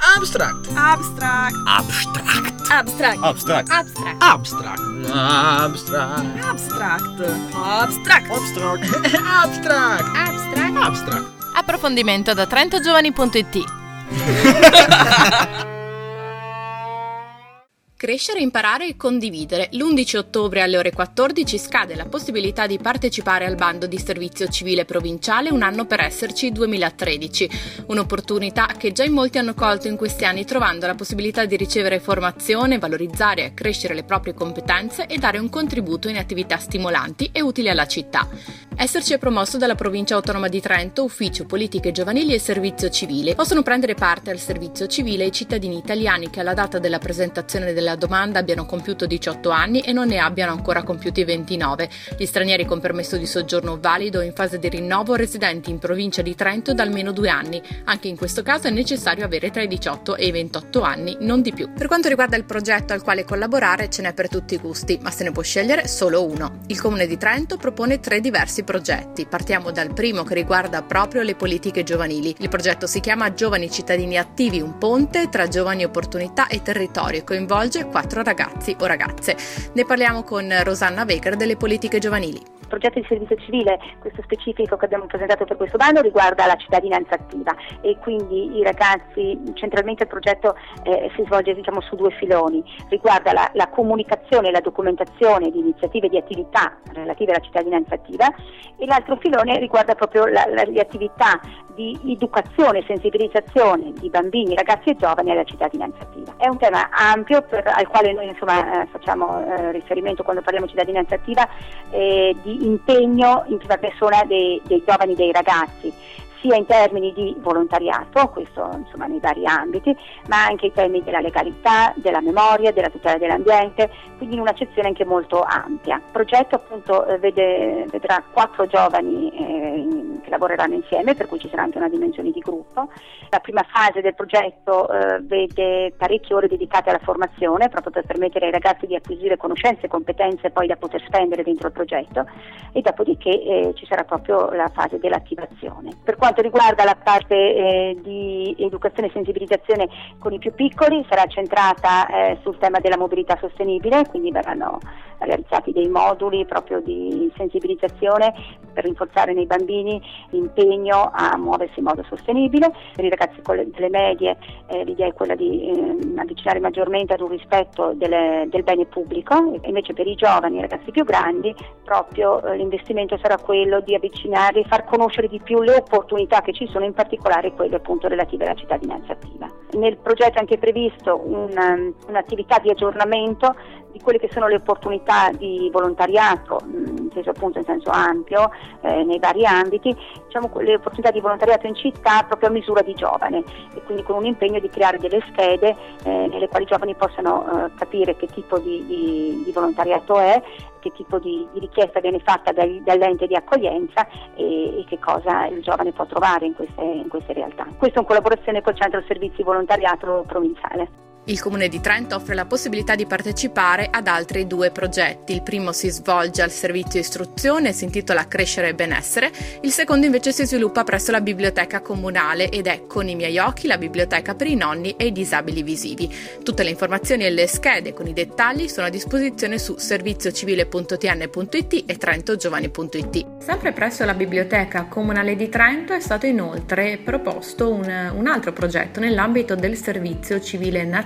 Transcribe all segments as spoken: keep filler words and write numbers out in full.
Abstract. Abstract. Abstract. Abstract. Abstract. Abstract. Abstract. Abstract. Abstract. Abstract. Abstract. Abstract. Abstract. Abstract. Approfondimento da trentogiovani punto it. Crescere, imparare e condividere. L'undici ottobre alle ore quattordici scade la possibilità di partecipare al bando di servizio civile provinciale Un anno per esserci duemilatredici. Un'opportunità che già in molti hanno colto in questi anni, trovando la possibilità di ricevere formazione, valorizzare e accrescere le proprie competenze e dare un contributo in attività stimolanti e utili alla città. Esserci è promosso dalla Provincia Autonoma di Trento, Ufficio Politiche Giovanili e Servizio Civile. Possono prendere parte al servizio civile i cittadini italiani che alla data della presentazione della domanda abbiano compiuto diciotto anni e non ne abbiano ancora compiuti ventinove. Gli stranieri con permesso di soggiorno valido in fase di rinnovo residenti in provincia di Trento da almeno due anni. Anche in questo caso è necessario avere tra i diciotto e i ventotto anni, non di più. Per quanto riguarda il progetto al quale collaborare, ce n'è per tutti i gusti, ma se ne può scegliere solo uno. Il Comune di Trento propone tre diversi progetti. Partiamo dal primo, che riguarda proprio le politiche giovanili. Il progetto si chiama Giovani cittadini attivi, un ponte tra giovani opportunità e territorio e coinvolge quattro ragazzi o ragazze. Ne parliamo con Rosanna Weger delle politiche giovanili. Il progetto di servizio civile, questo specifico che abbiamo presentato per questo bando, riguarda la cittadinanza attiva e quindi i ragazzi, centralmente il progetto eh, si svolge diciamo su due filoni, riguarda la, la comunicazione e la documentazione di iniziative e di attività relative alla cittadinanza attiva e l'altro filone riguarda proprio la, la, le attività di educazione e sensibilizzazione di bambini, ragazzi e giovani alla cittadinanza attiva. È un tema ampio per, al quale noi insomma eh, facciamo eh, riferimento quando parliamo di cittadinanza attiva, eh, di impegno in prima persona dei, dei giovani, dei ragazzi, sia in termini di volontariato, questo insomma nei vari ambiti, ma anche in termini della legalità, della memoria, della tutela dell'ambiente, quindi in un'accezione anche molto ampia. Il progetto appunto eh, vede, vedrà quattro giovani eh, che lavoreranno insieme, per cui ci sarà anche una dimensione di gruppo. La prima fase del progetto eh, vede parecchie ore dedicate alla formazione, proprio per permettere ai ragazzi di acquisire conoscenze e competenze poi da poter spendere dentro il progetto, e dopodiché eh, ci sarà proprio la fase dell'attivazione. Per quanto riguarda la parte eh, di educazione e sensibilizzazione con i più piccoli, sarà centrata eh, sul tema della mobilità sostenibile, quindi verranno realizzati dei moduli proprio di sensibilizzazione per rinforzare nei bambini l'impegno a muoversi in modo sostenibile. Per i ragazzi delle medie eh, l'idea è quella di eh, avvicinare maggiormente ad un rispetto delle, del bene pubblico, e invece per i giovani e i ragazzi più grandi proprio eh, l'investimento sarà quello di avvicinare, far conoscere di più le opportunità che ci sono, in particolare quelle appunto relative alla cittadinanza attiva. Nel progetto è anche previsto una, un'attività di aggiornamento di quelle che sono le opportunità di volontariato, inteso appunto in senso ampio, eh, nei vari ambiti, diciamo le opportunità di volontariato in città proprio a misura di giovane, e quindi con un impegno di creare delle schede eh, nelle quali i giovani possano eh, capire che tipo di, di, di volontariato è, che tipo di, di richiesta viene fatta dal, dall'ente di accoglienza e, e che cosa il giovane può trovare in queste, in queste realtà. Questo in collaborazione col Centro Servizi Volontariato Provinciale. Il Comune di Trento offre la possibilità di partecipare ad altri due progetti. Il primo si svolge al servizio istruzione e si intitola Crescere e Benessere. Il secondo invece si sviluppa presso la biblioteca comunale ed è Con i miei occhi, la biblioteca per i nonni e i disabili visivi. Tutte le informazioni e le schede con i dettagli sono a disposizione su serviziocivile punto t n punto i t e trentogiovani punto i t. Sempre presso la biblioteca comunale di Trento è stato inoltre proposto un, un altro progetto nell'ambito del servizio civile nazionale.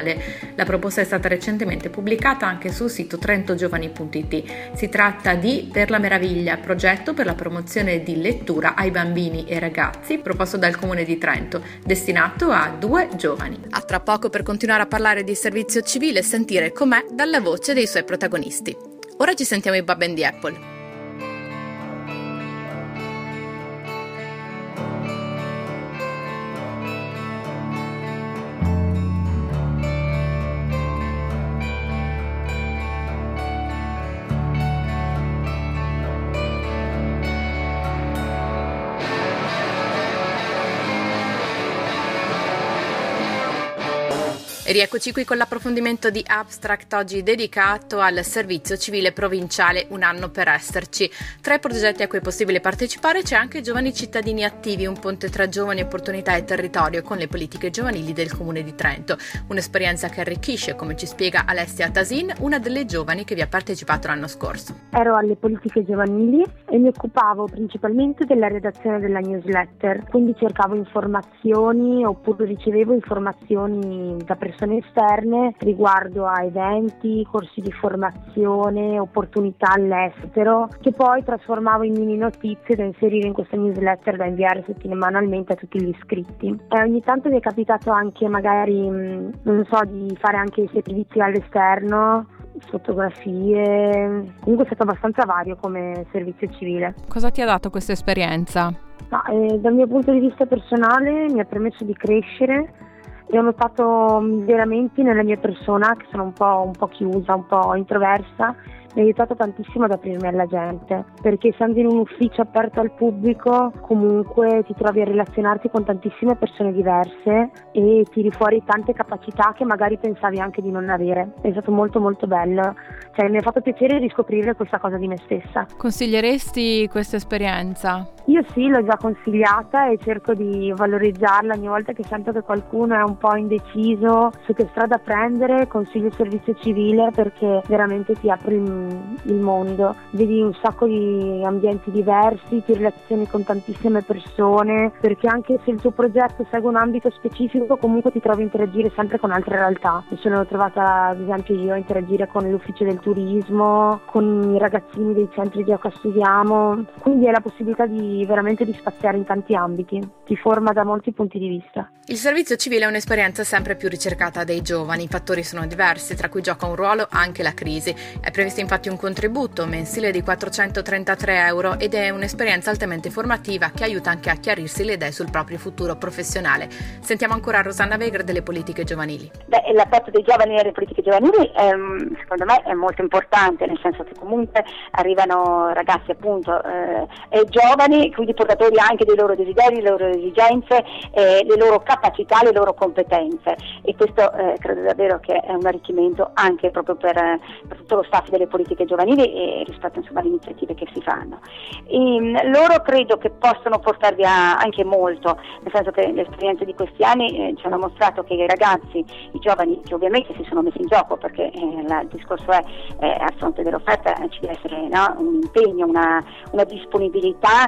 La proposta è stata recentemente pubblicata anche sul sito trentogiovani punto i t. Si tratta di Per la Meraviglia, progetto per la promozione di lettura ai bambini e ragazzi, proposto dal Comune di Trento, destinato a due giovani. A tra poco per continuare a parlare di servizio civile e sentire com'è dalla voce dei suoi protagonisti. Ora ci sentiamo i Bob and the Apple. rieccoci qui con l'approfondimento di Abstract, oggi dedicato al servizio civile provinciale Un anno per esserci. Tra i progetti a cui è possibile partecipare c'è anche Giovani cittadini attivi, un ponte tra giovani, opportunità e territorio con le politiche giovanili del Comune di Trento. Un'esperienza che arricchisce, come ci spiega Alessia Tasin, una delle giovani che vi ha partecipato l'anno scorso. Ero alle politiche giovanili e mi occupavo principalmente della redazione della newsletter, quindi cercavo informazioni oppure ricevevo informazioni da persone esterne riguardo a eventi, corsi di formazione, opportunità all'estero, che poi trasformavo in mini notizie da inserire in questa newsletter da inviare settimanalmente a tutti gli iscritti. E ogni tanto mi è capitato anche magari, non so, di fare anche servizi all'esterno, fotografie, comunque è stato abbastanza vario come servizio civile. Cosa ti ha dato questa esperienza? No, eh, dal mio punto di vista personale mi ha permesso di crescere e ho notato miglioramenti nella mia persona, che sono un po', un po' chiusa, un po' introversa. Mi ha aiutato tantissimo ad aprirmi alla gente, perché essendo in un ufficio aperto al pubblico comunque ti trovi a relazionarti con tantissime persone diverse e tiri fuori tante capacità che magari pensavi anche di non avere. È stato molto molto bello, cioè mi ha fatto piacere riscoprire questa cosa di me stessa. Consiglieresti questa esperienza? Io sì, l'ho già consigliata e cerco di valorizzarla. Ogni volta che sento che qualcuno è un po' indeciso su che strada prendere, consiglio il servizio civile, perché veramente ti apre il il mondo, vedi un sacco di ambienti diversi, ti relazioni con tantissime persone, perché anche se il tuo progetto segue un ambito specifico comunque ti trovi a interagire sempre con altre realtà. Mi sono trovata ad esempio io a interagire con l'ufficio del turismo, con i ragazzini dei centri Gioca Studiamo, quindi hai la possibilità di veramente di spaziare in tanti ambiti, ti forma da molti punti di vista. Il servizio civile è un'esperienza sempre più ricercata dai giovani, i fattori sono diversi, tra cui gioca un ruolo anche la crisi. È previsto infatti un contributo mensile di quattrocentotrentatré euro ed è un'esperienza altamente formativa che aiuta anche a chiarirsi le idee sul proprio futuro professionale. Sentiamo ancora Rosanna Vegre delle politiche giovanili. Beh, l'aspetto dei giovani nelle politiche giovanili è, secondo me è molto importante, nel senso che comunque arrivano ragazzi appunto eh, e giovani, quindi portatori anche dei loro desideri, le loro esigenze, eh, le loro capacità, le loro competenze, e questo eh, credo davvero che è un arricchimento anche proprio per, per tutto lo staff delle politiche giovanili e rispetto insomma alle iniziative che si fanno. E, loro credo che possono portar via anche molto, nel senso che le esperienze di questi anni eh, ci hanno mostrato che i ragazzi, i giovani che ovviamente si sono messi in gioco, perché eh, la, il discorso è eh, a fronte dell'offerta eh, ci deve essere, no, un impegno, una, una disponibilità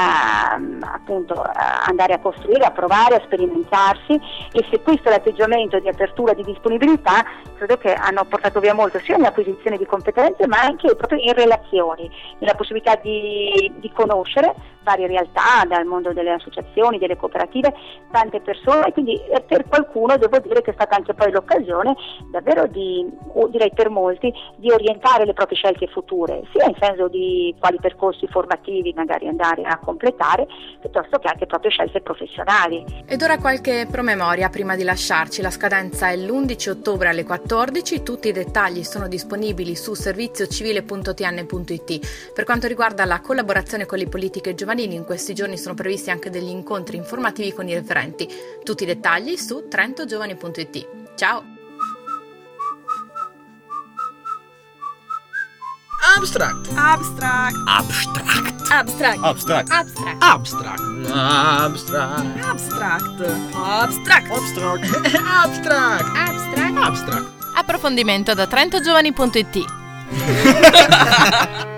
a, appunto a andare a costruire, a provare, a sperimentarsi, e se questo è l'atteggiamento di apertura, di disponibilità, credo che hanno portato via molto sia nell'acquisizione di competenze ma anche proprio in relazioni, nella possibilità di, di conoscere varie realtà, dal mondo delle associazioni, delle cooperative, tante persone, e quindi eh, per qualcuno devo dire che è stata anche poi l'occasione davvero di, o direi per molti, di orientare le proprie scelte future, sia in senso di quali percorsi formativi magari andare a completare, piuttosto che anche proprio scelte professionali. Ed ora qualche promemoria prima di lasciarci. La scadenza è l'undici ottobre alle quattordici, tutti i dettagli sono disponibili su serviziocivile punto t n punto i t. Per quanto riguarda la collaborazione con le politiche giovanili, in questi giorni sono previsti anche degli incontri informativi con i referenti. Tutti i dettagli su trentogiovani punto i t. Ciao! Abstract. Abstract. Abstract. Abstract. Abstract. Abstract. Abstract. Abstract. Abstract. Abstract. Abstract. Abstract. Abstract. Abstract. Approfondimento da trentogiovani punto i t.